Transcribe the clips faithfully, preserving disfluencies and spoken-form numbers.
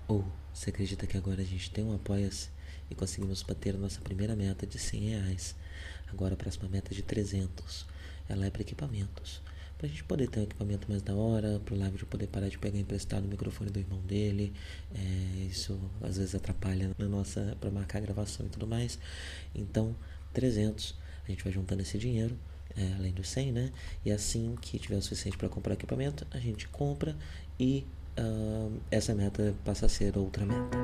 Ou, você acredita que agora a gente tem um Apoia-se e conseguimos bater a nossa primeira meta de cem reais? Agora a próxima meta é de trezentos. Ela é para equipamentos. Pra gente poder ter um equipamento mais da hora, pro Live poder parar de pegar emprestado o microfone do irmão dele. É, isso às vezes atrapalha na nossa, pra marcar a gravação e tudo mais. Então, trezentos. A gente vai juntando esse dinheiro, é, além dos cem, né? E assim que tiver o suficiente para comprar equipamento, a gente compra e uh, essa meta passa a ser outra meta.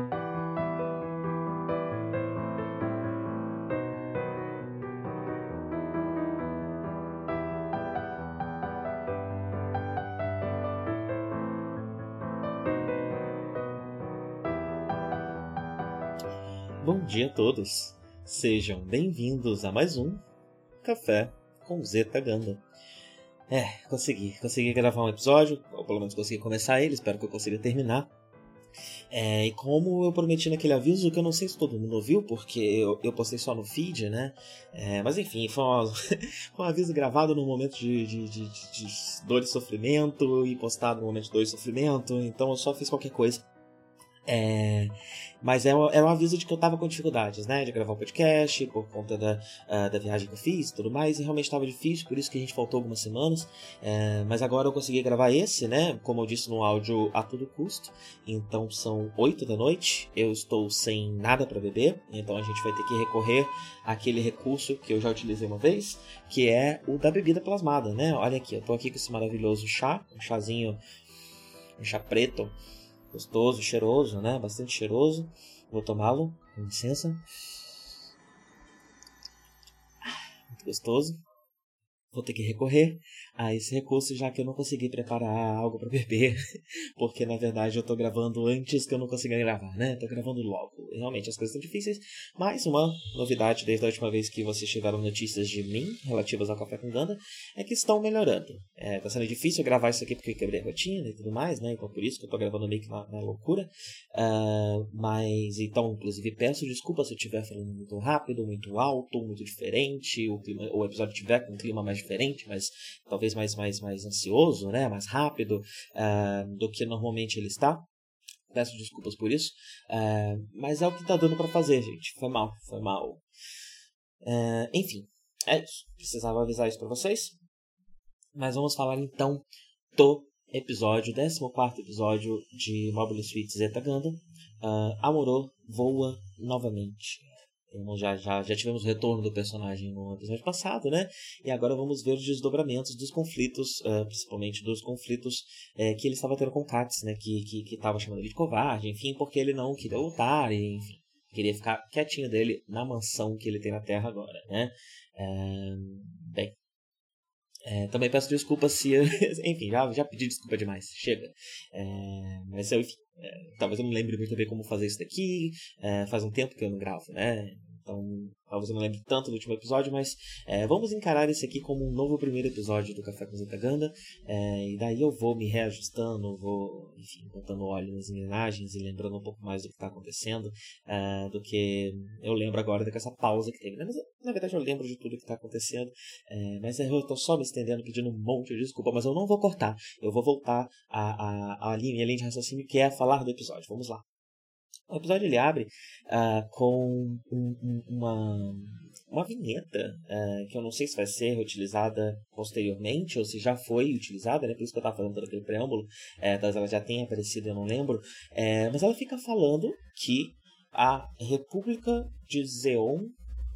Bom dia a todos! Sejam bem-vindos a mais um Café com Zeta Ganda. É, consegui, consegui gravar um episódio, ou pelo menos consegui começar ele, espero que eu consiga terminar. É, e como eu prometi naquele aviso, que eu não sei se todo mundo ouviu, porque eu, eu postei só no feed, né? É, mas enfim, foi, uma, foi um aviso gravado num momento de, de, de, de dor e sofrimento, e postado num momento de dor e sofrimento, então eu só fiz qualquer coisa. É, mas era um aviso de que eu tava com dificuldades, né, de gravar o podcast, por conta da, uh, da viagem que eu fiz e tudo mais, e realmente estava difícil, por isso que a gente faltou algumas semanas, é, mas agora eu consegui gravar esse, né, como eu disse no áudio, a todo custo. Então são oito da noite, eu estou sem nada para beber, então a gente vai ter que recorrer àquele recurso que eu já utilizei uma vez, que é o da bebida plasmada, né. Olha aqui, eu tô aqui com esse maravilhoso chá, um chazinho, um chá preto, gostoso, cheiroso, né? Bastante cheiroso. Vou tomá-lo, com licença. Muito gostoso. Vou ter que recorrer a esse recurso, já que eu não consegui preparar algo para beber, porque na verdade eu tô gravando antes que eu não consiga gravar, né? Tô gravando logo. Realmente as coisas são difíceis, mas uma novidade desde a última vez que vocês tiveram notícias de mim relativas ao Café com Ganda é que estão melhorando. É, tá sendo difícil gravar isso aqui porque eu quebrei a rotina e tudo mais, né? Então por isso que eu tô gravando meio que na, na loucura. Uh, mas então, inclusive, peço desculpa se eu estiver falando muito rápido, muito alto, muito diferente, o, clima, o episódio tiver com um clima mais diferente, mas talvez mais, mais, mais ansioso, né? Mais rápido uh, do que normalmente ele está. Peço desculpas por isso, uh, mas é o que tá dando para fazer, gente. Foi mal, foi mal. Uh, enfim, é isso. Precisava avisar isso para vocês. Mas vamos falar então do episódio, décimo quarto episódio de Mobile Suit Zeta Gundam. Uh, Amuro voa novamente. Já, já, já tivemos o retorno do personagem no episódio passado, né? E agora vamos ver os desdobramentos dos conflitos, uh, principalmente dos conflitos uh, que ele estava tendo com Katz, né? Que, que, que tava chamando ele de covarde, enfim, porque ele não queria lutar, e, enfim, queria ficar quietinho dele na mansão que ele tem na Terra agora, né? Uh, bem, é, também peço desculpas se... enfim, já, já pedi desculpa demais. Chega. É, mas, eu, enfim, é, talvez eu não lembre muito bem como fazer isso daqui. É, faz um tempo que eu não gravo, né? Então, talvez eu não lembre tanto do último episódio, mas é, vamos encarar esse aqui como um novo primeiro episódio do Café com Zeta Ganda. É, e daí eu vou me reajustando, vou, enfim, botando óleo nas engrenagens e lembrando um pouco mais do que está acontecendo, é, do que eu lembro agora dessa pausa que teve. Né? Mas, na verdade, eu lembro de tudo que está acontecendo, é, mas eu estou só me estendendo, pedindo um monte de desculpa, mas eu não vou cortar. Eu vou voltar à, à, à linha, à linha de raciocínio, que é falar do episódio. Vamos lá. O episódio ele abre uh, com um, um, uma, uma vinheta uh, que eu não sei se vai ser reutilizada posteriormente ou se já foi utilizada, né? Por isso que eu estava falando todo aquele preâmbulo, uh, talvez ela já tenha aparecido, eu não lembro. Uh, mas ela fica falando que a República de Zeon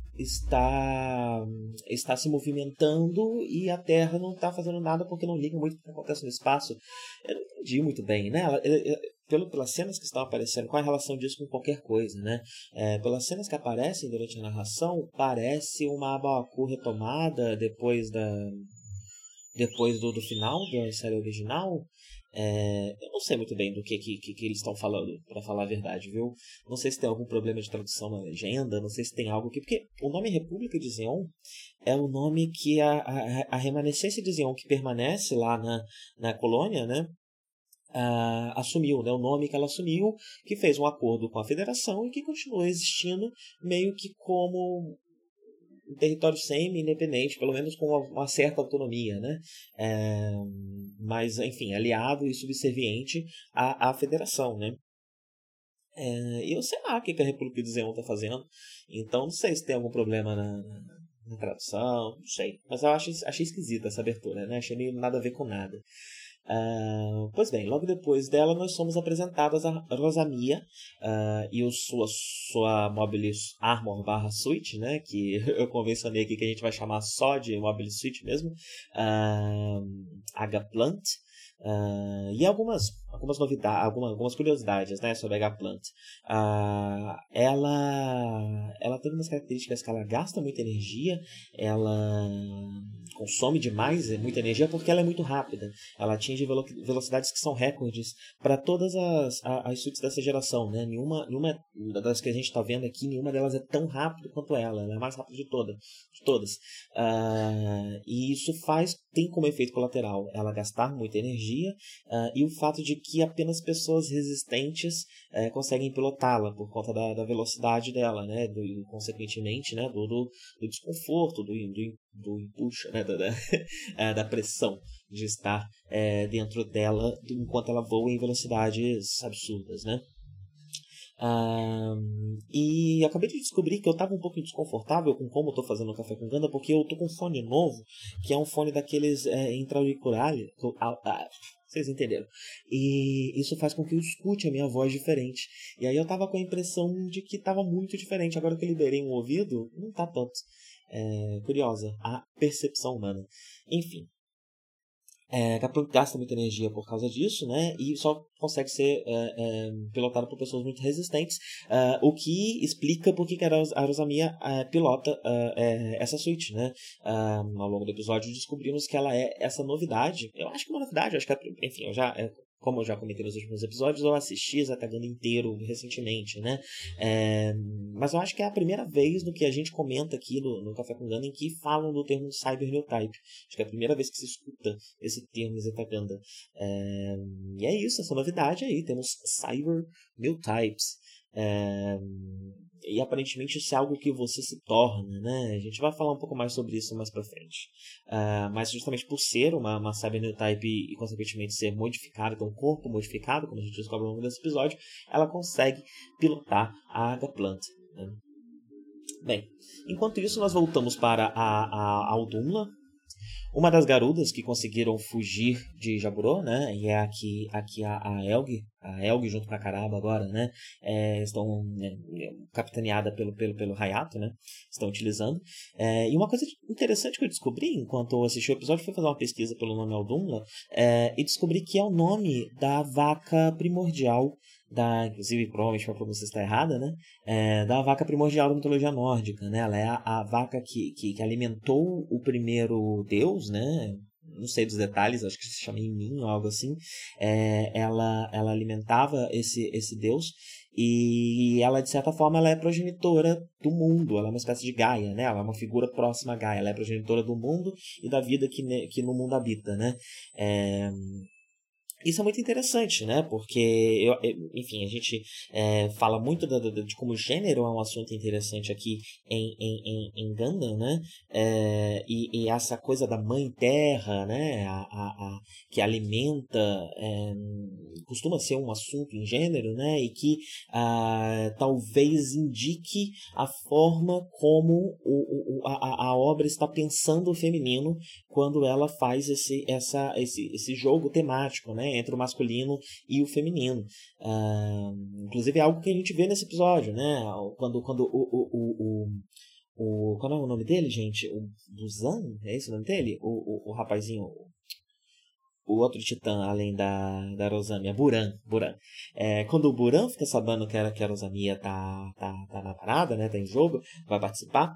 está, está se movimentando e a Terra não está fazendo nada porque não liga muito o que acontece no espaço. Eu não entendi muito bem, né? Ela, ela, pelo, pelas cenas que estão aparecendo, qual é a relação disso com qualquer coisa, né? É, pelas cenas que aparecem durante a narração, parece uma Abaku retomada depois da depois do, do final da série original. É, eu não sei muito bem do que, que, que eles estão falando, para falar a verdade, viu? Não sei se tem algum problema de tradução na legenda, não sei se tem algo aqui, porque o nome República de Zeon é o nome que a, a, a remanescência de Zeon, que permanece lá na, na colônia, né? Uh, assumiu, né, o nome que ela assumiu, que fez um acordo com a federação e que continua existindo meio que como um território semi-independente, pelo menos com uma, uma certa autonomia, né? É, mas, enfim, aliado e subserviente à, à federação, né? É, e eu sei lá o que, que a República de Zeon tá fazendo. Então não sei se tem algum problema na, na, na tradução, não sei. Mas eu achei, achei esquisita essa abertura, né? Achei meio nada a ver com nada. Uh, pois bem, logo depois dela nós somos apresentadas a Rosamia uh, e o sua, sua Mobile Armor barra Suite, né, que eu convencionei aqui que a gente vai chamar só de Mobile Suite mesmo, uh, Agaplant. Uh, e algumas, algumas novidades, algumas, algumas curiosidades, né, sobre a Agaplant. Uh, ela, ela tem umas características que ela gasta muita energia, ela consome demais muita energia porque ela é muito rápida. Ela atinge velo- velocidades que são recordes para todas as, as suítes dessa geração, né? Nenhuma, nenhuma das que a gente está vendo aqui, nenhuma delas é tão rápida quanto ela. Ela é a mais rápida de, toda, de todas. Uh, e isso faz, tem como efeito colateral ela gastar muita energia uh, e o fato de que apenas pessoas resistentes uh, conseguem pilotá-la por conta da, da velocidade dela, né? Do, e, consequentemente, né? do, do, do desconforto, do, do, do empuxo, né? da, da, da pressão de estar é, dentro dela enquanto ela voa em velocidades absurdas, né? Ah, e acabei de descobrir que eu estava um pouco desconfortável com como eu estou fazendo o Café com Ganda, porque eu estou com um fone novo, que é um fone daqueles é, intra-auriculares, ah, ah, vocês entenderam, e isso faz com que eu escute a minha voz diferente, e aí eu estava com a impressão de que estava muito diferente. Agora que eu liberei um ouvido, não está tanto. É, curiosa a percepção humana. Enfim, é, gasta muita energia por causa disso, né? E só consegue ser é, é, pilotado por pessoas muito resistentes, é, o que explica por que a Rosamia é, pilota é, essa suíte, né? É, ao longo do episódio descobrimos que ela é essa novidade. Eu acho que é uma novidade, acho que é, enfim, eu já é, como eu já comentei nos últimos episódios, eu assisti Zetaganda inteiro recentemente, né? É, mas eu acho que é a primeira vez no que a gente comenta aqui no, no Café com Ganda em que falam do termo Cyber New Type. Acho que é a primeira vez que se escuta esse termo Zetaganda. É, e é isso, essa novidade aí. Temos Cyber New Types. É, e aparentemente isso é algo que você se torna, né? A gente vai falar um pouco mais sobre isso mais pra frente. Uh, mas justamente por ser uma, uma Cyber New Type e, e consequentemente ser modificada, ter um corpo modificado, como a gente descobre ao longo desse episódio, ela consegue pilotar a Agaplant, né? Bem, enquanto isso nós voltamos para a, a Aldumla, uma das garudas que conseguiram fugir de Jaburo, né? E é aqui, aqui a, a Elg, a Elg junto com a Caraba agora, né? É, estão né, capitaneada pelo, pelo, pelo Hayato, né? Estão utilizando. É, e uma coisa interessante que eu descobri enquanto eu assisti o episódio foi fazer uma pesquisa pelo nome Aldumla é, e descobri que é o nome da vaca primordial da, inclusive provavelmente a pronúncia está errada, né? É, da vaca primordial da mitologia nórdica, né? Ela é a, a vaca que, que, que alimentou o primeiro deus, né? Não sei dos detalhes, acho que se chama Imin ou algo assim. É, ela, ela alimentava esse, esse deus e ela, de certa forma, ela é progenitora do mundo. Ela é uma espécie de Gaia, né? Ela é uma figura próxima a Gaia. Ela é progenitora do mundo e da vida que, ne, que no mundo habita, né? É... Isso é muito interessante, né? Porque, eu, enfim, a gente é, fala muito da, da, de como o gênero é um assunto interessante aqui em, em, em, em Gundam, né? É, e, e essa coisa da mãe terra, né? A, a, a, que alimenta, é, costuma ser um assunto em gênero, né? E que ah, talvez indique a forma como o, o, a, a obra está pensando o feminino quando ela faz esse, essa, esse, esse jogo temático, né? Entre o masculino e o feminino. Uh, inclusive é algo que a gente vê nesse episódio, né? Quando, quando o, o, o, o, o qual é o nome dele, gente? O Buzan? É esse o nome dele? O, o, o rapazinho, o outro titã, além da, da Rosamia, Buran. Buran. É, quando o Buran fica sabendo que a, que a Rosamia tá, tá, tá na parada, né? Tá em jogo, vai participar.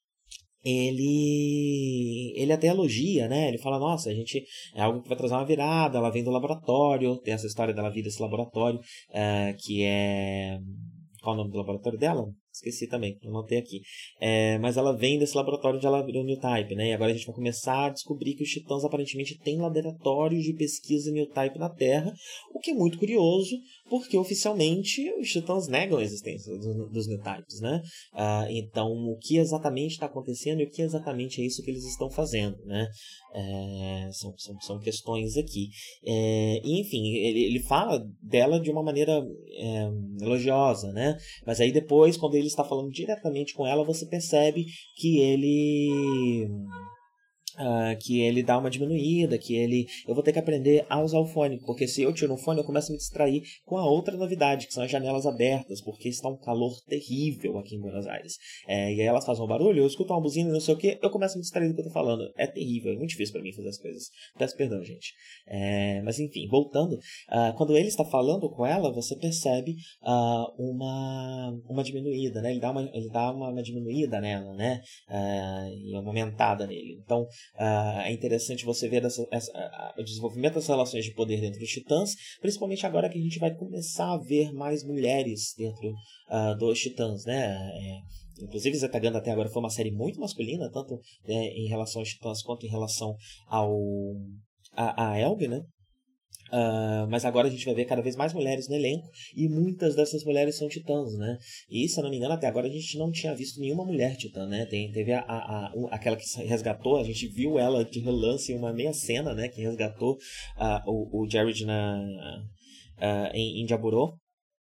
Ele ele até elogia, né? Ele fala, nossa, a gente é algo que vai trazer uma virada, ela vem do laboratório, tem essa história dela vir desse laboratório, é, que é... Qual é o nome do laboratório dela? esqueci também, eu anotei aqui. É, mas ela vem desse laboratório onde ela virou Newtype, né? E agora a gente vai começar a descobrir que os Titãs aparentemente têm laboratórios de pesquisa Newtype na Terra, o que é muito curioso, porque oficialmente os Titãs negam a existência dos, dos Newtypes, né? Ah, então, o que exatamente está acontecendo e o que exatamente é isso que eles estão fazendo, né? É, são, são, são questões aqui. É, e, enfim, ele, ele fala dela de uma maneira é, elogiosa, né? Mas aí depois, quando ele está falando diretamente com ela, você percebe que ele... Uh, que ele dá uma diminuída, que ele... Eu vou ter que aprender a usar o fone, porque se eu tiro o fone, eu começo a me distrair com a outra novidade, que são as janelas abertas, porque está um calor terrível aqui em Buenos Aires. É, e aí elas fazem um barulho, eu escuto uma buzina e não sei o que, eu começo a me distrair do que eu tô falando. É terrível, é muito difícil para mim fazer as coisas. Peço perdão, gente. É, mas enfim, voltando, uh, quando ele está falando com ela, você percebe uh, uma, uma diminuída, né? Ele dá uma, ele dá uma, uma diminuída nela, né? Uh, e uma aumentada nele. Então, Uh, é interessante você ver essa, essa, uh, o desenvolvimento das relações de poder dentro dos Titãs, principalmente agora que a gente vai começar a ver mais mulheres dentro uh, dos Titãs, né? É, inclusive Zetaganda até agora foi uma série muito masculina, tanto né, em relação aos Titãs quanto em relação ao a, a Elbe, né? Uh, mas agora a gente vai ver cada vez mais mulheres no elenco e muitas dessas mulheres são titãs, né? E se eu não me engano, até agora a gente não tinha visto nenhuma mulher titã, né? Tem, teve a, a, a, aquela que resgatou, a gente viu ela de relance em uma meia cena, né? Que resgatou uh, o, o Jared na, uh, em, em Jaburo.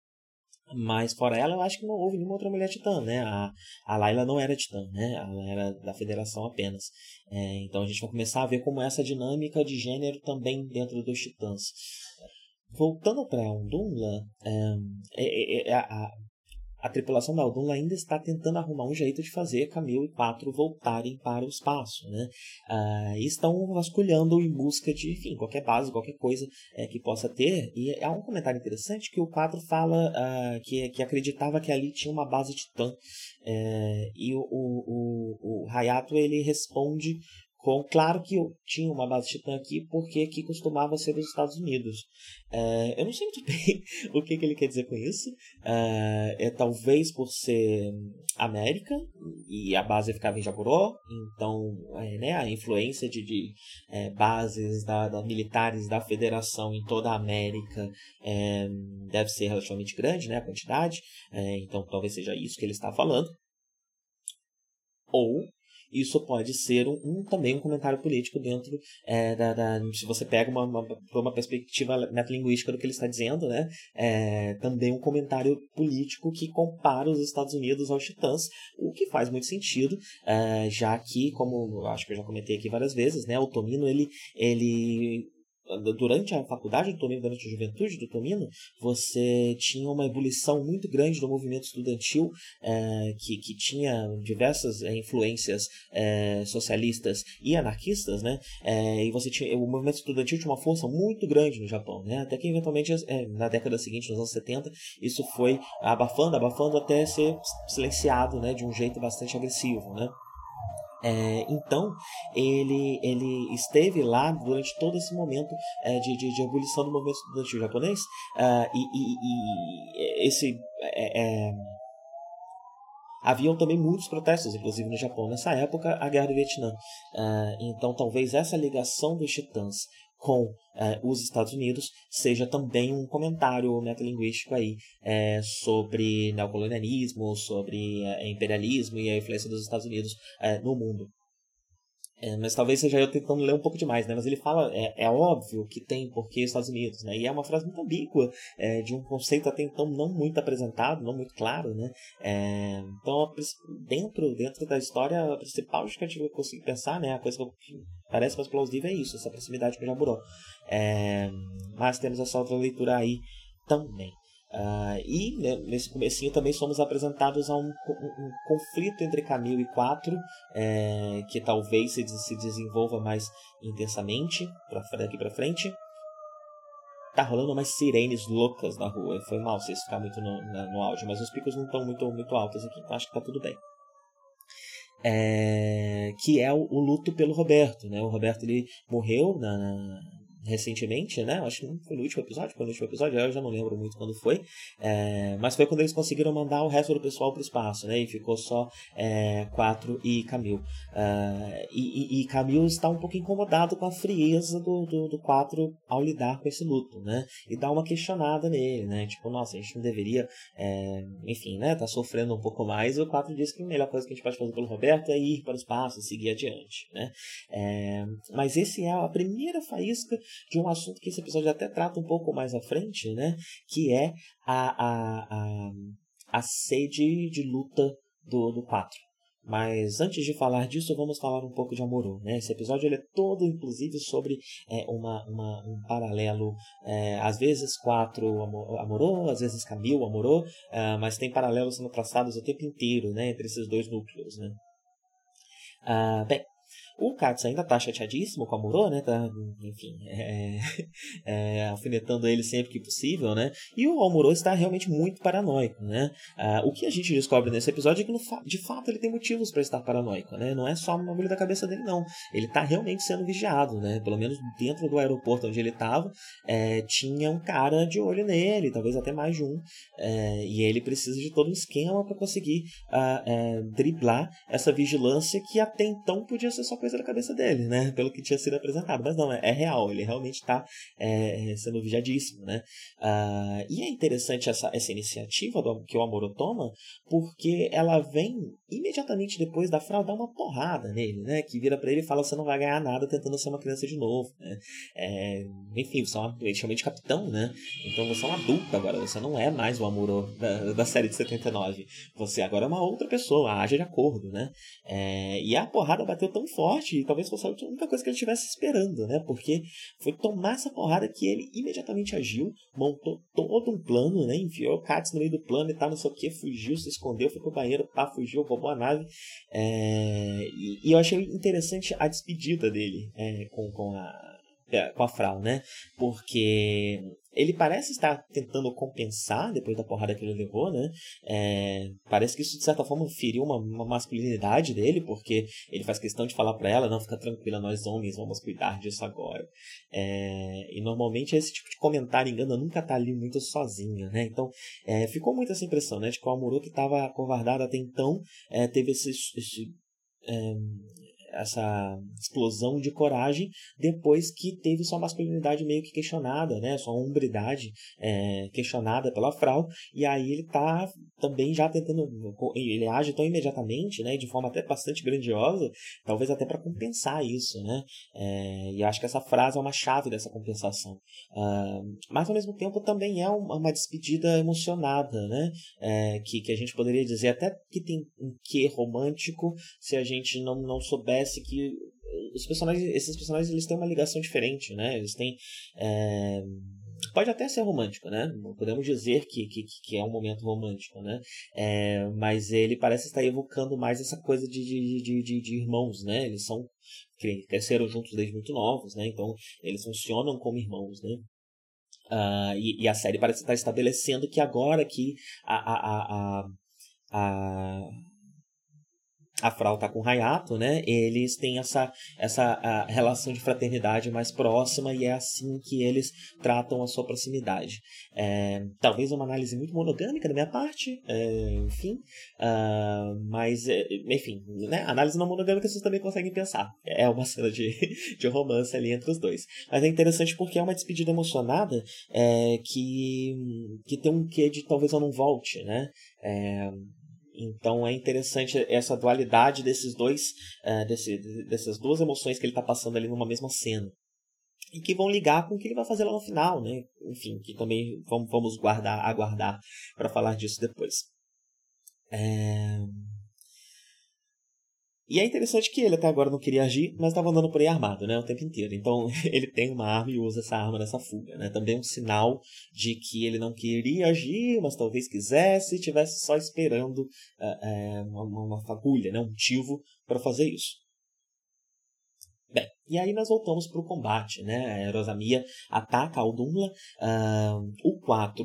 Mas fora ela, eu acho que não houve nenhuma outra mulher titã, né? A, a Layla não era titã, né? Ela era da Federação apenas. É, então a gente vai começar a ver como essa dinâmica de gênero também dentro dos titãs. Voltando para a Undunla, é, é, é, a, a tripulação da Undunla ainda está tentando arrumar um jeito de fazer Camille e Quatro voltarem para o espaço, né? Ah, e estão vasculhando em busca de, enfim, qualquer base, qualquer coisa é, que possa ter. E há um comentário interessante que o Quatro fala ah, que, que acreditava que ali tinha uma base titã. É, e o, o, o, o Hayato, ele responde com, claro que eu tinha uma base titã aqui, porque aqui costumava ser os Estados Unidos. É, eu não sei muito bem o que, que ele quer dizer com isso. É, é talvez por ser América, e a base ficava em Jaboró, então é, né, a influência de, de é, bases da, da, militares da Federação em toda a América é, deve ser relativamente grande, né, a quantidade. É, então talvez seja isso que ele está falando. Ou isso pode ser um, um, também um comentário político dentro é, da, da... Se você pega uma, uma, uma perspectiva metalinguística do que ele está dizendo, né? É, também um comentário político que compara os Estados Unidos aos Titãs, o que faz muito sentido, é, já que, como eu acho que eu já comentei aqui várias vezes, né? O Tomino, ele... ele durante a faculdade do Tomino, durante a juventude do Tomino, você tinha uma ebulição muito grande do movimento estudantil, é, que, que tinha diversas é, influências é, socialistas e anarquistas, né? É, e você tinha, o movimento estudantil tinha uma força muito grande no Japão, né? Até que eventualmente, é, na década seguinte, nos anos setenta, isso foi abafando, abafando até ser silenciado, né? De um jeito bastante agressivo, né? É, então, ele, ele esteve lá durante todo esse momento é, de, de, de ebulição do movimento estudantil japonês, uh, e, e, e esse... É, é, haviam também muitos protestos, inclusive no Japão, nessa época, a Guerra do Vietnã. Uh, então, talvez essa ligação dos Titãs com uh, os Estados Unidos seja também um comentário metalinguístico aí é, sobre neocolonialismo, sobre uh, imperialismo e a influência dos Estados Unidos uh, no mundo. É, mas talvez seja eu tentando ler um pouco demais, né? Mas ele fala, é, é óbvio que tem porquê Estados Unidos, né? E é uma frase muito ambígua, é, de um conceito até então não muito apresentado, não muito claro, né? É, então, dentro, dentro da história, a principal justificativa que eu consigo pensar, né? A coisa que parece mais plausível é isso, essa proximidade com o Jaburó. É, mas temos essa outra leitura aí também. Uh, e né, nesse comecinho também somos apresentados a um, um, um conflito entre Camille e Quatro, é, que talvez se, se desenvolva mais intensamente pra, daqui pra frente. Tá rolando umas sirenes loucas na rua. Foi mal se isso ficar muito no, na, no áudio, mas os picos não estão muito, muito altos aqui, então acho que tá tudo bem. É, que é o, o luto pelo Roberto, né? O Roberto, ele morreu na, na recentemente, né? Acho que não foi no último episódio, foi no último episódio, eu já não lembro muito quando foi. É, mas foi quando eles conseguiram mandar o resto do pessoal pro espaço, né? E ficou só é, Quatro e Camille. Uh, e, e, e Camille está um pouco incomodado com a frieza do, do, do Quatro ao lidar com esse luto, né? E dá uma questionada nele, né? Tipo, nossa, a gente não deveria, é, enfim, né? Tá sofrendo um pouco mais. E o Quatro diz que a melhor coisa que a gente pode fazer pelo Roberto é ir para o espaço e seguir adiante, né? É, mas esse é a primeira faísca de um assunto que esse episódio até trata um pouco mais à frente, né? Que é a, a, a, a sede de luta do, do Quatro. Mas antes de falar disso, vamos falar um pouco de Amorô, né? Esse episódio ele é todo, inclusive, sobre é, uma, uma, um paralelo, é, às vezes Quatro Amorô, às vezes Camille Amorô, uh, mas tem paralelos sendo traçados o tempo inteiro, né? Entre esses dois núcleos, né? Uh, bem, o Katsu ainda tá chateadíssimo com o Amorô, né? Tá, enfim, é, é, alfinetando ele sempre que possível, né? E o Amorô está realmente muito paranoico, né? Ah, o que a gente descobre nesse episódio é que, no fa- de fato, ele tem motivos para estar paranoico, né? Não é só uma bagulho da cabeça dele, não. Ele tá realmente sendo vigiado, né? Pelo menos dentro do aeroporto onde ele estava, é, tinha um cara de olho nele, talvez até mais de um. É, e ele precisa de todo um esquema para conseguir ah, é, driblar essa vigilância que até então podia ser só coisa da cabeça dele, né? Pelo que tinha sido apresentado. Mas não, é, é real, ele realmente está é, sendo vigiadíssimo, né? Uh, e é interessante essa, essa iniciativa do, que o Amorô toma, porque ela vem imediatamente depois da Frau dar uma porrada nele, né? Que vira pra ele e fala: você não vai ganhar nada tentando ser uma criança de novo, né? É, enfim, você é uma, ele chama de capitão, né? Então você é um adulto agora, você não é mais o Amorô da, da série de setenta e nove. Você agora é uma outra pessoa, age de acordo, né? É, e a porrada bateu tão forte, e talvez fosse a única coisa que ele estivesse esperando, né? Porque foi tomar essa porrada que ele imediatamente agiu, montou todo um plano, né? Enfiou o Katsu no meio do plano e tal, não sei o que, fugiu, se escondeu, foi pro banheiro, pá, fugiu, roubou a nave. É, e, e eu achei interessante a despedida dele é, com, com a com a Frau, né? Porque ele parece estar tentando compensar depois da porrada que ele levou, né? É, parece que isso de certa forma feriu uma, uma masculinidade dele, porque ele faz questão de falar pra ela: não, fica tranquila, nós homens vamos cuidar disso agora. É, e normalmente esse tipo de comentário engana nunca tá ali muito sozinho, né? Então é, ficou muito essa impressão, né? De que o Amorô, que estava acovardado até então, é, teve esse, esse é, essa explosão de coragem depois que teve sua masculinidade meio que questionada, né? Sua hombridade é, questionada pela Frau, e aí ele tá também já tentando, ele age tão imediatamente, né? De forma até bastante grandiosa, talvez até para compensar isso, né? É, e acho que essa frase é uma chave dessa compensação. Uh, mas ao mesmo tempo também é uma, uma despedida emocionada, né? É, que, que a gente poderia dizer até que tem um quê romântico se a gente não, não souber que os personagens, esses personagens eles têm uma ligação diferente, né? Eles têm é... pode até ser romântico, né? Podemos dizer que, que, que é um momento romântico, né? É... mas ele parece estar evocando mais essa coisa de, de, de, de, de irmãos, né? Eles são cresceram juntos desde muito novos, né? Então eles funcionam como irmãos, né? Uh, e, e a série parece estar estabelecendo que agora que a, a, a, a, a a Frau tá com o Hayato, né? Eles têm essa, essa a relação de fraternidade mais próxima, e é assim que eles tratam a sua proximidade. É, talvez uma análise muito monogâmica da minha parte, é, enfim, uh, mas, enfim, né? Análise não monogâmica vocês também conseguem pensar. É uma cena de, de romance ali entre os dois. Mas é interessante porque é uma despedida emocionada é, que, que tem um quê de talvez eu não volte, né? É, Então é interessante essa dualidade desses dois, uh, desse, dessas duas emoções que ele está passando ali numa mesma cena. E que vão ligar com o que ele vai fazer lá no final, né? Enfim, que também vamos, vamos guardar, aguardar para falar disso depois. É... E é interessante que ele até agora não queria agir, mas estava andando por aí armado, né, o tempo inteiro. Então ele tem uma arma e usa essa arma nessa fuga, né? Também um sinal de que ele não queria agir, mas talvez quisesse e estivesse só esperando uh, uh, uma, uma fagulha, né? Um motivo para fazer isso. Bem, e aí nós voltamos para o combate, né? A Rosamia ataca a Aldumla, uh, o quatro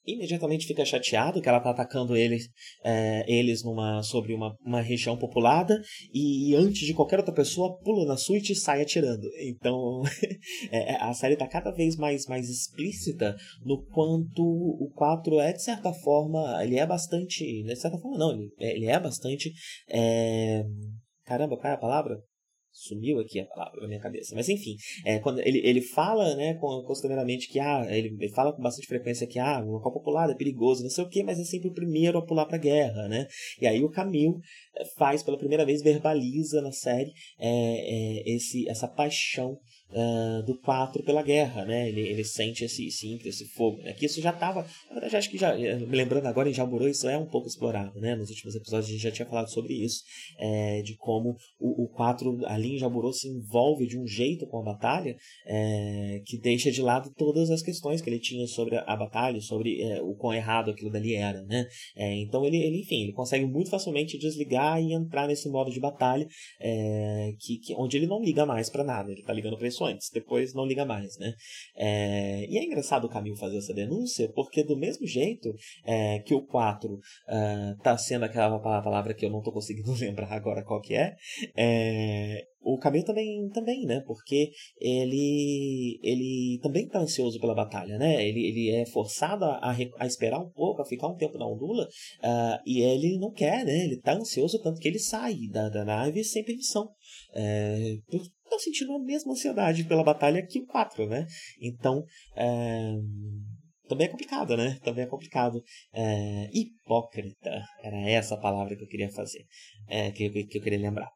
imediatamente fica chateado que ela tá atacando eles, é, eles numa, sobre uma, uma região populada e antes de qualquer outra pessoa pula na suíte e sai atirando. Então é, a série tá cada vez mais, mais explícita no quanto o quatro é, de certa forma, ele é bastante, de certa forma não, ele, ele é bastante, é, caramba, qual é a palavra? Sumiu aqui a palavra na minha cabeça. Mas enfim, é, quando ele, ele fala, né, costumeiramente que ah, ele, ele fala com bastante frequência que ah, o local popular é perigoso, não sei o que, mas é sempre o primeiro a pular pra guerra, né? E aí o Camille faz pela primeira vez, verbaliza na série é, é, esse, essa paixão Uh, do quatro pela guerra, né? Ele, ele sente esse, esse ímpeto, esse fogo, né? Que isso já estava, na verdade, acho que já, me lembrando agora em Jaburu, isso é um pouco explorado, né? Nos últimos episódios a gente já tinha falado sobre isso, é, de como o, o quatro ali em Jaburu se envolve de um jeito com a batalha é, que deixa de lado todas as questões que ele tinha sobre a, a batalha, sobre é, o quão errado aquilo dali era, né? É, então ele, ele, enfim, ele consegue muito facilmente desligar e entrar nesse modo de batalha é, que, que, onde ele não liga mais para nada, ele tá ligando para isso antes, depois não liga mais, né? É, e é engraçado o Camille fazer essa denúncia, porque do mesmo jeito é, que o quatro uh, tá sendo aquela palavra que eu não tô conseguindo lembrar agora qual que é, é o Camille também, também, né? Porque ele, ele também tá ansioso pela batalha, né? Ele, ele é forçado a, a esperar um pouco, a ficar um tempo na Ondula, uh, e ele não quer, né? Ele tá ansioso tanto que ele sai da, da nave sem permissão. É, tá sentindo a mesma ansiedade pela batalha que o quatro, né? Então, é, também é complicado, né? Também é complicado. É, hipócrita, era essa a palavra que eu queria fazer, é, que, que eu queria lembrar.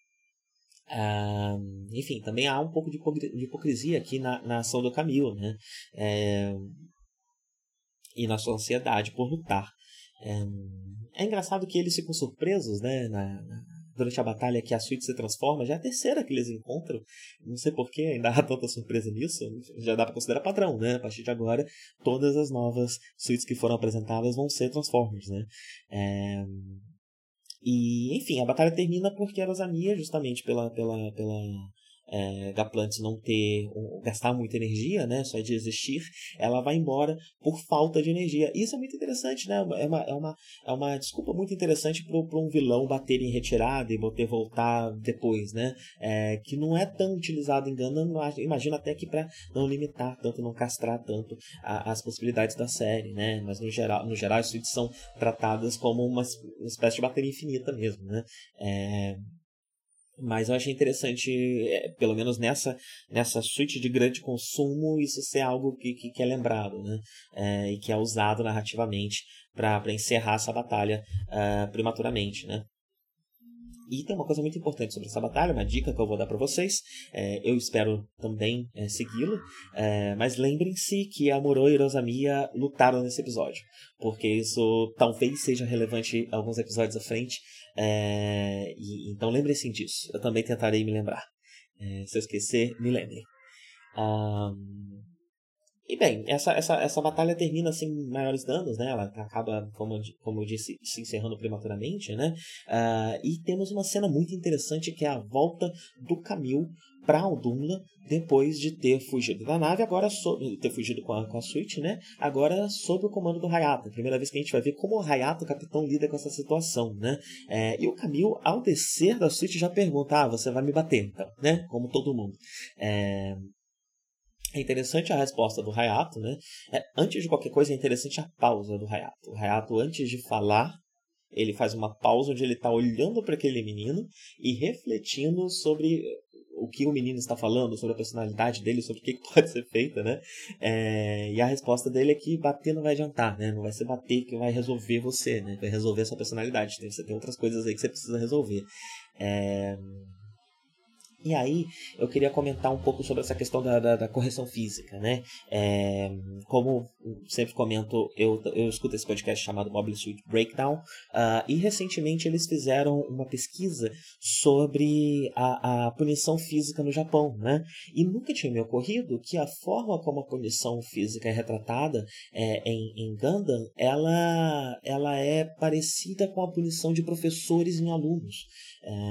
Ah, enfim, também há um pouco de hipocrisia aqui na, na ação do Camille, né? É, e na sua ansiedade por lutar. É, é engraçado que eles ficam surpresos, né? Na, na, durante a batalha que a suíte se transforma, já é a terceira que eles encontram. Não sei porquê, ainda há tanta surpresa nisso. Já dá para considerar padrão, né? A partir de agora, todas as novas suítes que foram apresentadas vão ser Transformers, né? É... E, enfim, a batalha termina porque a Rosamia, justamente pela, pela, pela é, Gaplantis não ter, um, gastar muita energia, né, só de existir, ela vai embora por falta de energia. Isso é muito interessante, né? É uma, é uma, é uma desculpa muito interessante para um vilão bater em retirada e poder voltar depois, né? É, que não é tão utilizado em Gundam, imagino até que para não limitar tanto, não castrar tanto a, as possibilidades da série, né? Mas no geral, no geral as suítes são tratadas como uma, uma espécie de bateria infinita mesmo, né? É... Mas eu achei interessante, pelo menos nessa, nessa suíte de grande consumo, isso ser algo que, que, que é lembrado, né? É, e que é usado narrativamente para encerrar essa batalha uh, prematuramente, né? E tem uma coisa muito importante sobre essa batalha, uma dica que eu vou dar para vocês. É, eu espero também é, segui-lo. É, mas lembrem-se que a Amuro e Rosamia lutaram nesse episódio. Porque isso talvez seja relevante alguns episódios à frente. É, e, então lembrem-se disso. Eu também tentarei me lembrar. É, se eu esquecer, me lembrem. Um... E bem, essa, essa, essa batalha termina sem maiores danos, né? Ela acaba, como, como eu disse, se encerrando prematuramente, né? Uh, e temos uma cena muito interessante que é a volta do Camille para Aldumla depois de ter fugido da nave, agora sob, ter fugido com a, com a suíte, né? Agora sob o comando do Hayato. Primeira vez que a gente vai ver como o Hayato, o capitão, lida com essa situação, né? É, e o Camille, ao descer da suíte, já pergunta: ah, você vai me bater, então, né? Como todo mundo. É... É interessante a resposta do Hayato, né? É, antes de qualquer coisa, é interessante a pausa do Hayato. O Hayato, antes de falar, ele faz uma pausa onde ele está olhando para aquele menino e refletindo sobre o que o menino está falando, sobre a personalidade dele, sobre o que pode ser feito, né? É, e a resposta dele é que bater não vai adiantar, né? Não vai ser bater que vai resolver você, né? Vai resolver a sua personalidade. Você tem outras coisas aí que você precisa resolver. É... E aí, eu queria comentar um pouco sobre essa questão da, da, da correção física, né? É, como sempre comento, eu, eu escuto esse podcast chamado Mobile Suit Breakdown, uh, e recentemente eles fizeram uma pesquisa sobre a, a punição física no Japão, né? E nunca tinha me ocorrido que a forma como a punição física é retratada é, em, em Gundam, ela, ela é parecida com a punição de professores em alunos. É,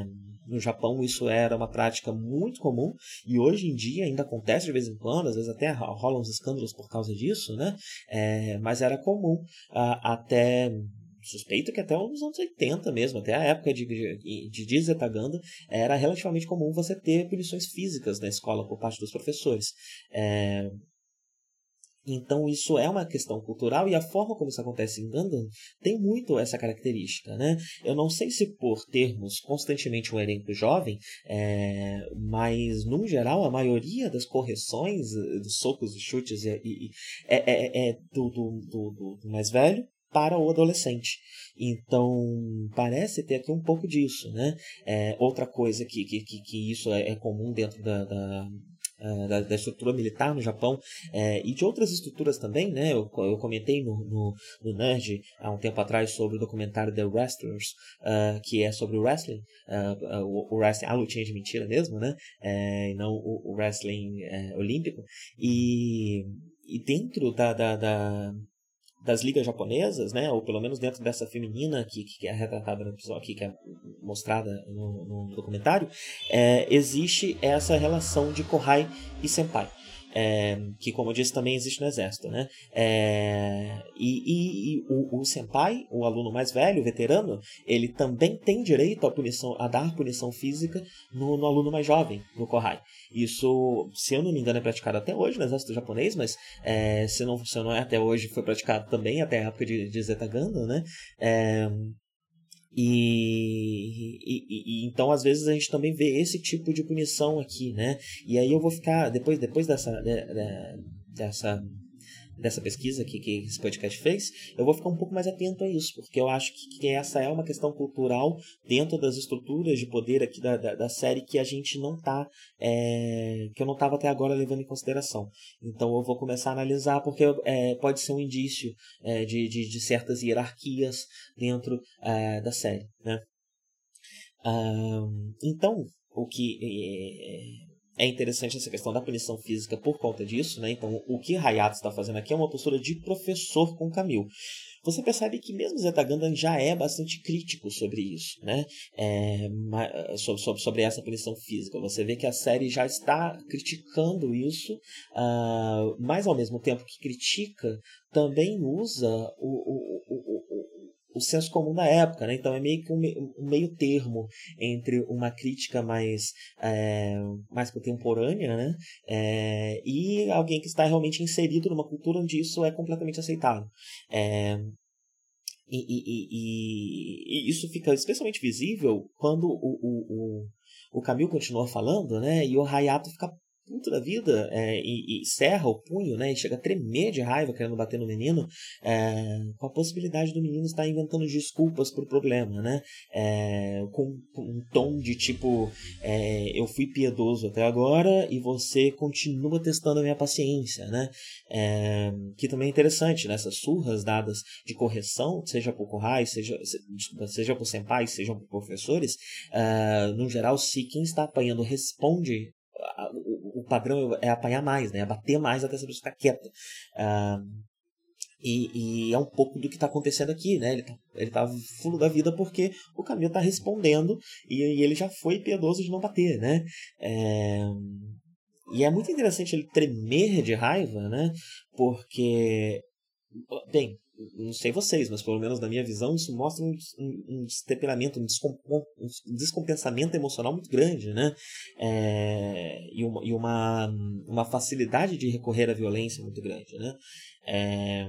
no Japão isso era uma prática muito comum, e hoje em dia ainda acontece de vez em quando, às vezes até rolam uns escândalos por causa disso, né? É, mas era comum uh, até... Suspeito que até nos anos oitenta mesmo, até a época de, de, de, de Zetaganda, era relativamente comum você ter punições físicas na escola por parte dos professores. É... Então isso é uma questão cultural, e a forma como isso acontece em Gundam tem muito essa característica, né? Eu não sei se por termos constantemente um elenco jovem, é... mas no geral a maioria das correções, dos socos e chutes é, é, é, é do, do, do, do mais velho para o adolescente. Então, parece ter aqui um pouco disso, né? É, outra coisa que, que, que isso é comum dentro da, da, da, da estrutura militar no Japão, é, e de outras estruturas também, né? Eu, eu comentei no, no, no Nerd há um tempo atrás sobre o documentário The Wrestlers, uh, que é sobre o wrestling, uh, o, o wrestling, a lutinha de mentira mesmo, né? É, e não o, o wrestling é, olímpico. E, e dentro da, da, da das ligas japonesas, né, ou pelo menos dentro dessa feminina que, que é retratada no episódio aqui, que é mostrada no, no documentário, é, existe essa relação de Kohai e Senpai. É, que, como eu disse, também existe no exército, né? É, e e, e o, o senpai, o aluno mais velho, o veterano, ele também tem direito à punição, a dar punição física no, no aluno mais jovem, no Kohai. Isso, se eu não me engano, é praticado até hoje no exército japonês, mas é, se, não, se não é até hoje, foi praticado também até a época de, de Zetaganda, né? É, E, e, e então às vezes a gente também vê esse tipo de punição aqui, né? E aí eu vou ficar, depois, depois dessa, de, de, dessa, dessa pesquisa que, que esse podcast fez, eu vou ficar um pouco mais atento a isso, porque eu acho que, que essa é uma questão cultural dentro das estruturas de poder aqui da, da, da série que a gente não tá, é, que eu não estava até agora levando em consideração. Então eu vou começar a analisar, porque é, pode ser um indício é, de, de, de certas hierarquias dentro é, da série, né? Ah, então, o que é, é interessante essa questão da punição física por conta disso, né? Então, o que Hayato está fazendo aqui é uma postura de professor com Camille. Você percebe que mesmo Zetaganda já é bastante crítico sobre isso, né? É, sobre, sobre essa punição física. Você vê que a série já está criticando isso, uh, mas ao mesmo tempo que critica, também usa o, o, o, o, o senso comum da época, né? Então é meio que um, um meio termo entre uma crítica mais, é, mais contemporânea, né? É, e alguém que está realmente inserido numa cultura onde isso é completamente aceitável. É, e, e, e, e isso fica especialmente visível quando o, o, o, o Camille continua falando, né? E o Hayato fica puto da vida, é, e, e cerra o punho, né, e chega a tremer de raiva querendo bater no menino, é, com a possibilidade do menino estar inventando desculpas pro problema, né, é, com, com um tom de tipo, é, eu fui piedoso até agora e você continua testando a minha paciência, né, é, que também é interessante, né, essas surras dadas de correção, seja por Kohai, seja, seja por senpai, sejam por professores, é, no geral, se quem está apanhando responde, o padrão é apanhar mais, né? É bater mais até essa pessoa ficar quieta. Uh, e, e é um pouco do que está acontecendo aqui, né? Ele tá, ele tá fulo da vida porque o Camille está respondendo e, e ele já foi piedoso de não bater, né? É, e é muito interessante ele tremer de raiva, né? Porque, bem, não sei vocês, mas pelo menos na minha visão isso mostra um, um, um destemperamento, um, um descompensamento emocional muito grande, né? É, e uma, e uma, uma facilidade de recorrer à violência muito grande, né? É,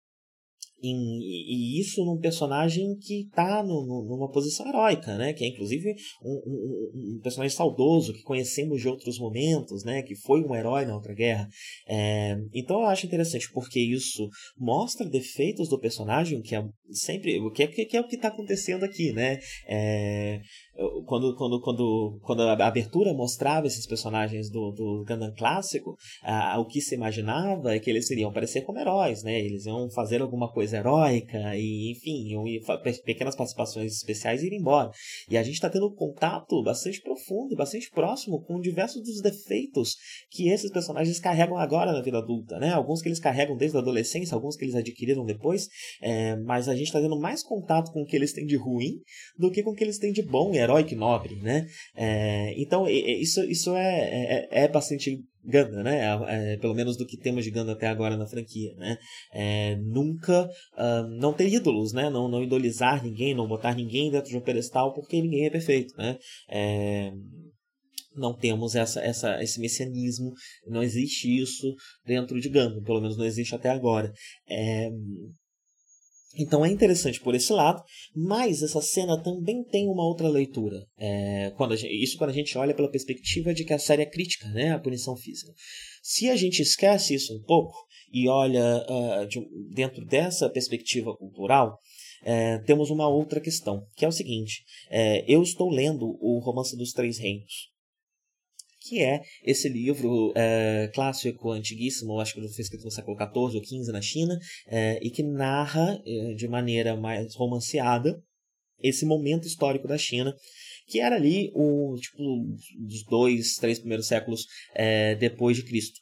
e, e isso num personagem que está numa posição heróica, né? Que é inclusive um, um, um personagem saudoso que conhecemos de outros momentos, né? Que foi um herói na outra guerra. É, então eu acho interessante porque isso mostra defeitos do personagem, que é sempre o que é, que é o que está acontecendo aqui, né? É, quando, quando, quando, quando a abertura mostrava esses personagens do, do Gundam clássico, ah, o que se imaginava é que eles iriam parecer como heróis, né? Eles iam fazer alguma coisa heróica e, enfim, iam ir, pequenas participações especiais e ir embora. E a gente está tendo um contato bastante profundo, bastante próximo com diversos dos defeitos que esses personagens carregam agora na vida adulta, né? Alguns que eles carregam desde a adolescência, alguns que eles adquiriram depois, é, mas a gente está tendo mais contato com o que eles têm de ruim do que com o que eles têm de bom e herói heróico e nobre, né? É, então, isso, isso é, é, é bastante Gundam, né? É, é, pelo menos do que temos de Gundam até agora na franquia, né? É, nunca uh, não ter ídolos, né? Não, não idolizar ninguém, não botar ninguém dentro de um pedestal, porque ninguém é perfeito, né? É, não temos essa, essa, esse messianismo, não existe isso dentro de Gundam, pelo menos não existe até agora. É, então é interessante por esse lado, mas essa cena também tem uma outra leitura. É, quando gente, isso quando a gente olha pela perspectiva de que a série é crítica, né, à punição física. Se a gente esquece isso um pouco e olha uh, de, dentro dessa perspectiva cultural, é, temos uma outra questão, que é o seguinte. É, eu estou lendo o Romance dos Três Reinos, que é esse livro é, clássico, antiguíssimo, acho que foi escrito no século quatorze ou quinze na China, é, e que narra é, de maneira mais romanceada esse momento histórico da China, que era ali o tipo dos dois, três primeiros séculos é, depois de Cristo.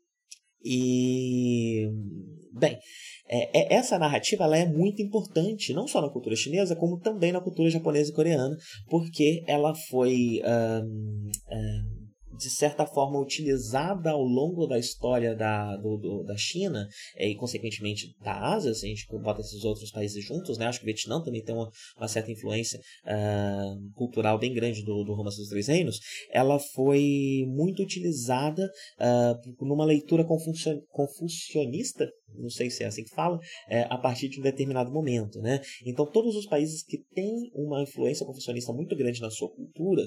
E, bem, é, essa narrativa ela é muito importante, não só na cultura chinesa, como também na cultura japonesa e coreana, porque ela foi... Um, um, de certa forma utilizada ao longo da história da, do, do, da China e consequentemente da Ásia, se a gente bota esses outros países juntos, né? Acho que o Vietnã também tem uma, uma certa influência uh, cultural bem grande do, do Romance dos Três Reinos. Ela foi muito utilizada uh, numa leitura confucio, confucionista, não sei se é assim que fala, é, a partir de um determinado momento, né? Então todos os países que têm uma influência confucionista muito grande na sua cultura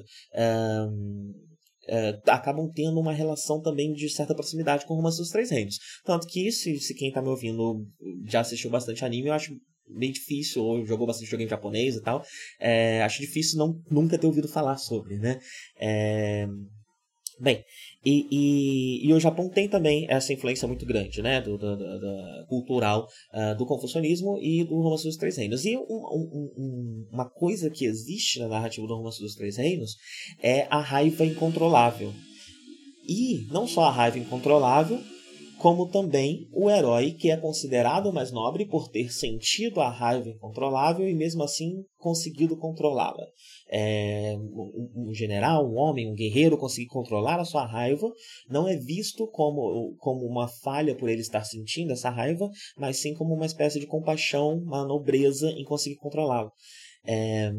uh, É, acabam tendo uma relação também de certa proximidade com o Romance dos Três Reinos. Tanto que, se, se quem está me ouvindo já assistiu bastante anime, eu acho bem difícil, ou jogou bastante joguinho japonês e tal, é, acho difícil não, nunca ter ouvido falar sobre, né? É... Bem, e, e, e o Japão tem também essa influência muito grande, né, do, do, do, do cultural uh, do confucionismo e do Romance dos Três Reinos. E um, um, um, uma coisa que existe na narrativa do Romance dos Três Reinos é a raiva incontrolável. E não só a raiva incontrolável, como também o herói que é considerado o mais nobre por ter sentido a raiva incontrolável e mesmo assim conseguido controlá-la. É, um, um general, um homem, um guerreiro conseguir controlar a sua raiva não é visto como, como uma falha por ele estar sentindo essa raiva, mas sim como uma espécie de compaixão, uma nobreza em conseguir controlá-la. É...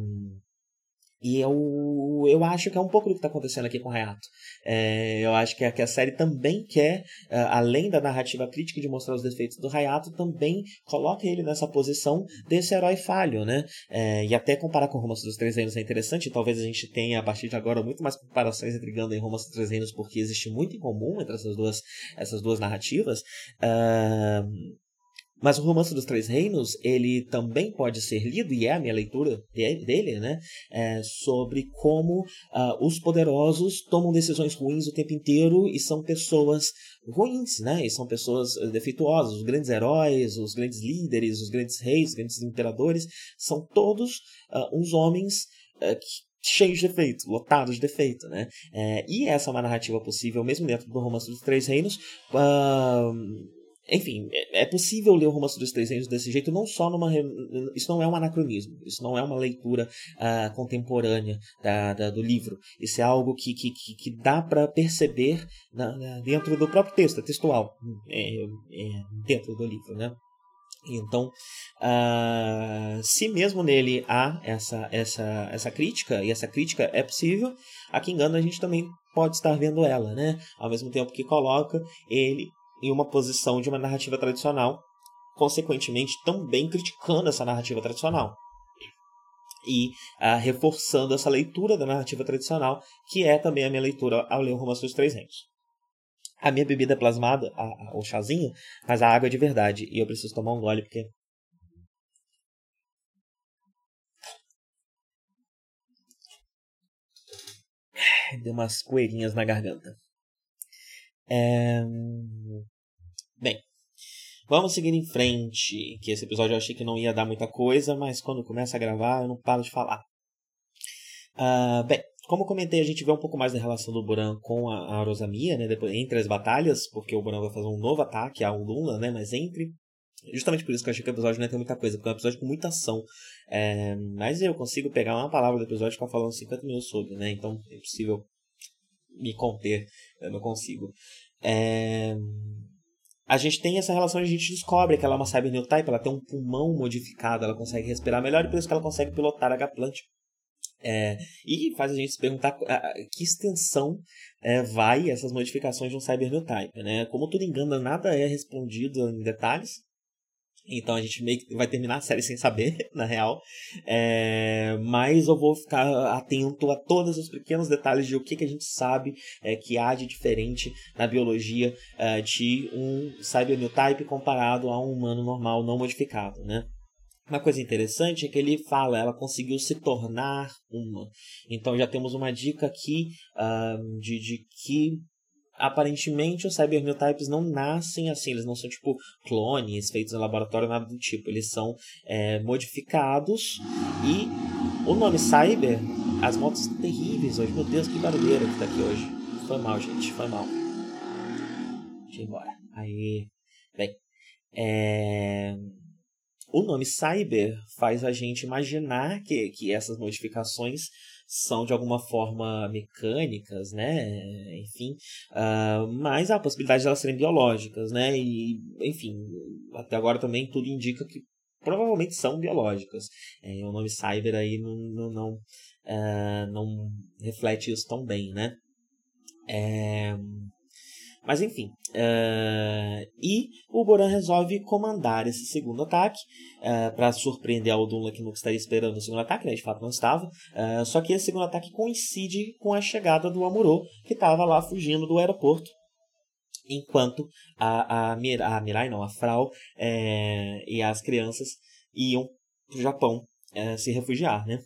E eu, eu acho que é um pouco do que está acontecendo aqui com o Hayato. É, eu acho que a, que a série também quer, uh, além da narrativa crítica de mostrar os defeitos do Hayato, também coloca ele nessa posição desse herói falho, né? É, e até comparar com o Romance dos Três Reinos é interessante. Talvez a gente tenha, a partir de agora, muito mais comparações entre Gundam e Romance dos Três Reinos, porque existe muito em comum entre essas duas, essas duas narrativas. Uh, Mas o Romance dos Três Reinos, ele também pode ser lido, e é a minha leitura dele, né? É, sobre como uh, os poderosos tomam decisões ruins o tempo inteiro e são pessoas ruins, né? E são pessoas defeituosas. Os grandes heróis, os grandes líderes, os grandes reis, os grandes imperadores, são todos uh, uns homens uh, que cheios de defeito, lotados de defeito, né? É, e essa é uma narrativa possível mesmo dentro do Romance dos Três Reinos. Uh, Enfim, é possível ler o Romance dos Três Reinos desse jeito, não só numa... Isso não é um anacronismo, isso não é uma leitura uh, contemporânea da, da, do livro. Isso é algo que, que, que dá para perceber na, na, dentro do próprio texto, é textual, é, é, dentro do livro, né? Então, uh, se mesmo nele há essa, essa, essa crítica, e essa crítica é possível, aqui em Gundam a gente também pode estar vendo ela, né? Ao mesmo tempo que coloca ele em uma posição de uma narrativa tradicional, consequentemente também criticando essa narrativa tradicional e uh, reforçando essa leitura da narrativa tradicional, que é também a minha leitura ao ler o Romance dos Três Reinos. A minha bebida é plasmada, a, a, o chazinho, mas a água é de verdade, e eu preciso tomar um gole porque... Deu umas coelhinhas na garganta. É... Bem, vamos seguir em frente, que esse episódio eu achei que não ia dar muita coisa, mas quando começa a gravar eu não paro de falar. Uh, bem, como eu comentei, a gente vê um pouco mais da relação do Buran com a, a Rosamia, né, depois, entre as batalhas, porque o Buran vai fazer um novo ataque a Uluna, né, mas entre Justamente por isso que eu achei que o episódio não ia ter muita coisa, porque é um episódio com muita ação. É, mas eu consigo pegar uma palavra do episódio e ficar falando cinquenta minutos sobre, né? Então é impossível me conter, eu não consigo. É... A gente tem essa relação, a gente descobre que ela é uma Cyber New Type, ela tem um pulmão modificado, ela consegue respirar melhor e por isso que ela consegue pilotar a H-Plant. É, e faz a gente se perguntar a, a, que extensão é, vai essas modificações de um Cyber New Type, né? Como tudo engana, nada é respondido em detalhes. Então a gente meio que vai terminar a série sem saber, na real. É, mas eu vou ficar atento a todos os pequenos detalhes de o que, que a gente sabe é, que há de diferente na biologia é, de um Cyber New Type comparado a um humano normal não modificado, né? Uma coisa interessante é que ele fala, ela conseguiu se tornar uma. Então já temos uma dica aqui uh, de, de que aparentemente os Cyber New Types não nascem assim, eles não são tipo clones feitos em laboratório, nada do tipo. Eles são é, modificados e o nome Cyber, as motos são terríveis hoje. Meu Deus, que barulheira que tá aqui hoje. Foi mal, gente, foi mal. Deixa eu ir embora. Aí, bem, é... o nome Cyber faz a gente imaginar que, que essas modificações são de alguma forma mecânicas, né? Enfim, uh, mas há a possibilidade de elas serem biológicas, né? E, enfim, até agora também tudo indica que provavelmente são biológicas. É, o nome Cyber aí não, não, não, uh, não reflete isso tão bem, né? É... Mas enfim, uh, e o Boran resolve comandar esse segundo ataque uh, para surpreender a Odunla, que não estaria esperando o segundo ataque, né? De fato não estava. Uh, só que esse segundo ataque coincide com a chegada do Amuro, que estava lá fugindo do aeroporto, enquanto a, a, Mir, a Mirai, não, a Frau é, e as crianças iam para o Japão é, se refugiar, né?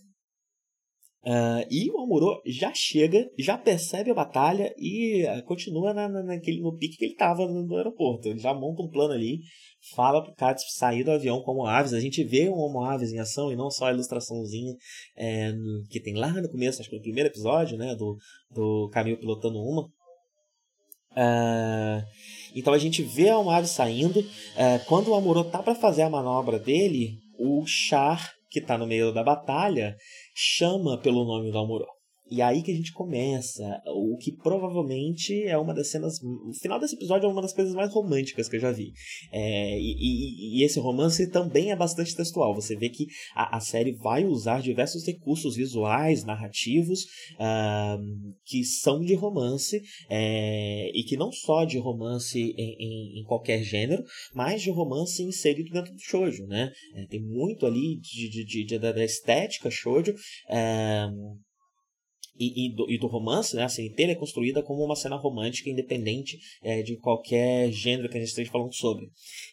Uh, e o Amuro já chega, já percebe a batalha e uh, continua na, na, naquele, no pique que ele estava no, no aeroporto. Ele já monta um plano ali, fala pro Katsu sair do avião com o Homo Aves. A gente vê o Homo Aves em ação e não só a ilustraçãozinha é, que tem lá no começo, acho que no primeiro episódio, né, do, do Camille pilotando uma. Uh, então a gente vê a Homo Aves saindo. Uh, quando o Amuro tá para fazer a manobra dele, o Char, que tá no meio da batalha, chama pelo nome do Amuro. E aí que a gente começa o que provavelmente é uma das cenas... O final desse episódio é uma das coisas mais românticas que eu já vi. É, e, e, e esse romance também é bastante textual. Você vê que a, a série vai usar diversos recursos visuais, narrativos, uh, que são de romance, é, e que não só de romance em, em, em qualquer gênero, mas de romance inserido dentro do shoujo, né? É, tem muito ali de, de, de, de, da estética shoujo, é, E, e, do, e do romance, né? A série inteira é construída como uma cena romântica independente é, de qualquer gênero que a gente esteja falando sobre.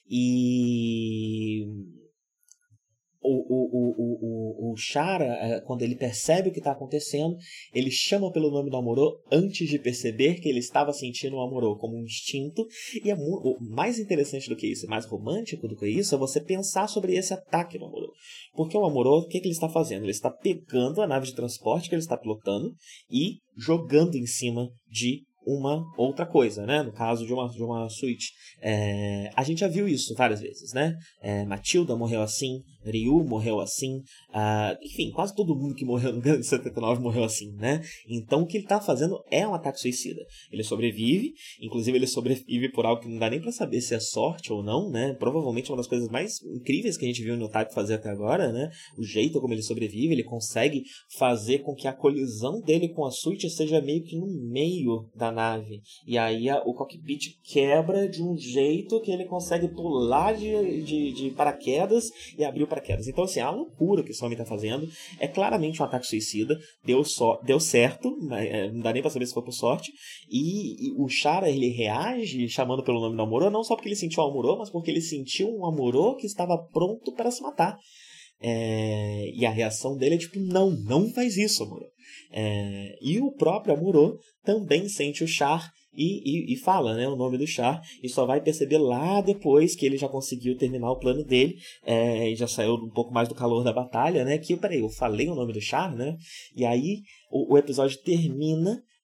E o, o, o, o, o Chara, quando ele percebe o que está acontecendo, ele chama pelo nome do Amuro antes de perceber que ele estava sentindo o Amuro como um instinto. E é o mais interessante do que isso, mais romântico do que isso, é você pensar sobre esse ataque do Amuro. Porque o Amuro, o que, que ele está fazendo? Ele está pegando a nave de transporte que ele está pilotando e jogando em cima de uma outra coisa, né? No caso de uma, de uma suíte. É, a gente já viu isso várias vezes, né? É, Matilda morreu assim, Ryu morreu assim, uh, enfim, quase todo mundo que morreu no Gundam setenta e nove morreu assim, né? Então o que ele tá fazendo é um ataque suicida. Ele sobrevive, inclusive ele sobrevive por algo que não dá nem pra saber se é sorte ou não, né? Provavelmente uma das coisas mais incríveis que a gente viu no Type fazer até agora, né? O jeito como ele sobrevive, ele consegue fazer com que a colisão dele com a suíte seja meio que no meio da nave. E aí a, o cockpit quebra de um jeito que ele consegue pular de, de, de paraquedas e abrir o paraquedas. Então, assim, a loucura que esse homem tá fazendo é claramente um ataque suicida. Deu, só, deu certo, não dá nem pra saber se foi por sorte. E, e o Chara, ele reage chamando pelo nome do Amuro, não só porque ele sentiu o Amuro, mas porque ele sentiu um Amuro que estava pronto para se matar. É, e a reação dele é tipo, não, não faz isso, Amuro. É, e o próprio Amuro também sente o Char e, e, e fala, né, o nome do Char, e só vai perceber lá depois que ele já conseguiu terminar o plano dele, é, e já saiu um pouco mais do calor da batalha, né, que, peraí, eu falei o nome do Char, né, e aí o, o episódio termina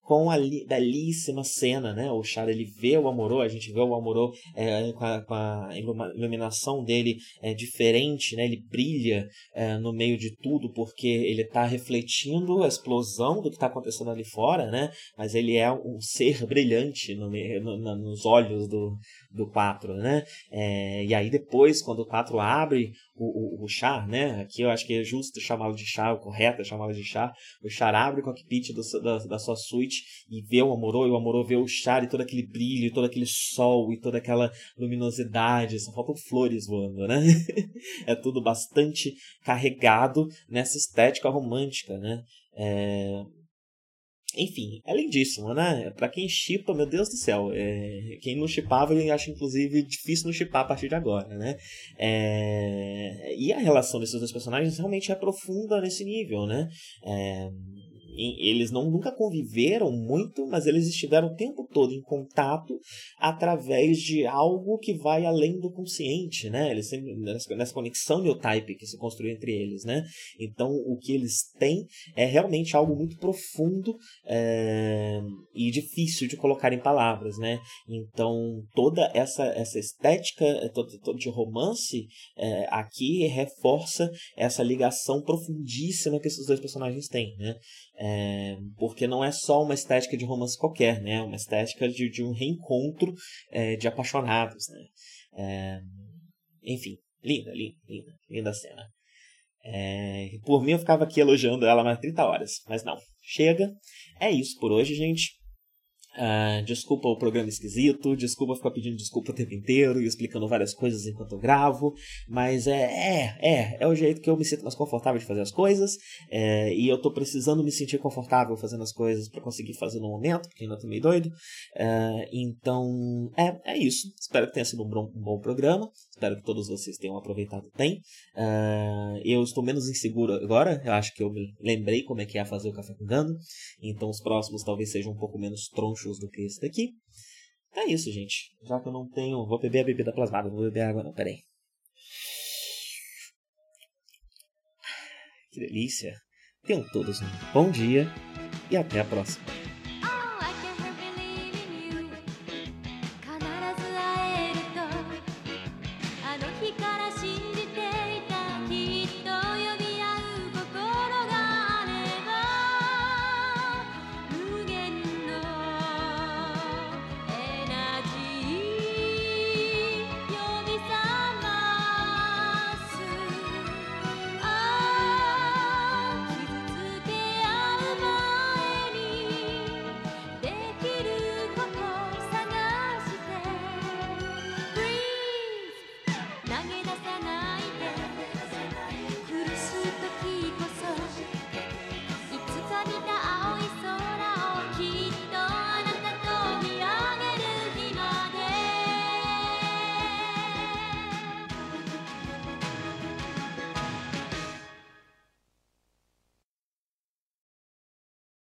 com a li- belíssima cena, né? O Char, ele vê o Amuro, a gente vê o Amuro é, com, a, com a iluma- iluminação dele é, diferente, né? Ele brilha é, no meio de tudo, porque ele está refletindo a explosão do que está acontecendo ali fora, né? Mas ele é um ser brilhante no, meio- no, na- nos olhos do, do quatro, né? É, e aí depois, quando o quatro abre o, o, o Char, né? Aqui eu acho que é justo chamá-lo de Char, o correto é chamá-lo de Char. O Char abre o cockpit do, da, da sua suíte e vê o Amuro, e o Amuro vê o Char e todo aquele brilho, todo aquele sol e toda aquela luminosidade. Só faltam flores voando, né? É tudo bastante carregado nessa estética romântica, né? É... Enfim, é lindíssimo, né? Pra quem shippa, meu Deus do céu. É... Quem não shippava, eu acho inclusive difícil não shippar a partir de agora, né? É... E a relação desses dois personagens realmente é profunda nesse nível, né? É... Eles não, nunca conviveram muito, mas eles estiveram o tempo todo em contato através de algo que vai além do consciente, né? Eles sempre, nessa, nessa conexão neurotype que se construiu entre eles, né? Então, o que eles têm é realmente algo muito profundo é, e difícil de colocar em palavras, né? Então, toda essa, essa estética toda, toda de romance é, aqui reforça essa ligação profundíssima que esses dois personagens têm, né? É, porque não é só uma estética de romance qualquer, né? É uma estética de, de um reencontro é, de apaixonados, né? É, enfim, linda, linda, linda, linda cena. É, por mim eu ficava aqui elogiando ela mais trinta horas, mas não, chega. É isso por hoje, gente. Uh, desculpa o programa esquisito, desculpa ficar pedindo desculpa o tempo inteiro e explicando várias coisas enquanto eu gravo, mas é, é, é, é o jeito que eu me sinto mais confortável de fazer as coisas, é, e eu tô precisando me sentir confortável fazendo as coisas para conseguir fazer no momento, porque ainda tô meio doido, é, então é, é isso. Espero que tenha sido um bom, um bom programa, espero que todos vocês tenham aproveitado bem. Uh, eu estou menos inseguro agora, eu acho que eu me lembrei como é que é fazer o Café com Gano, então os próximos talvez sejam um pouco menos tronchos do que esse daqui. É isso, gente. Já que eu não tenho... Vou beber a bebida plasmada. Não vou beber água não, peraí. Que delícia. Tenham todos um bom dia e até a próxima.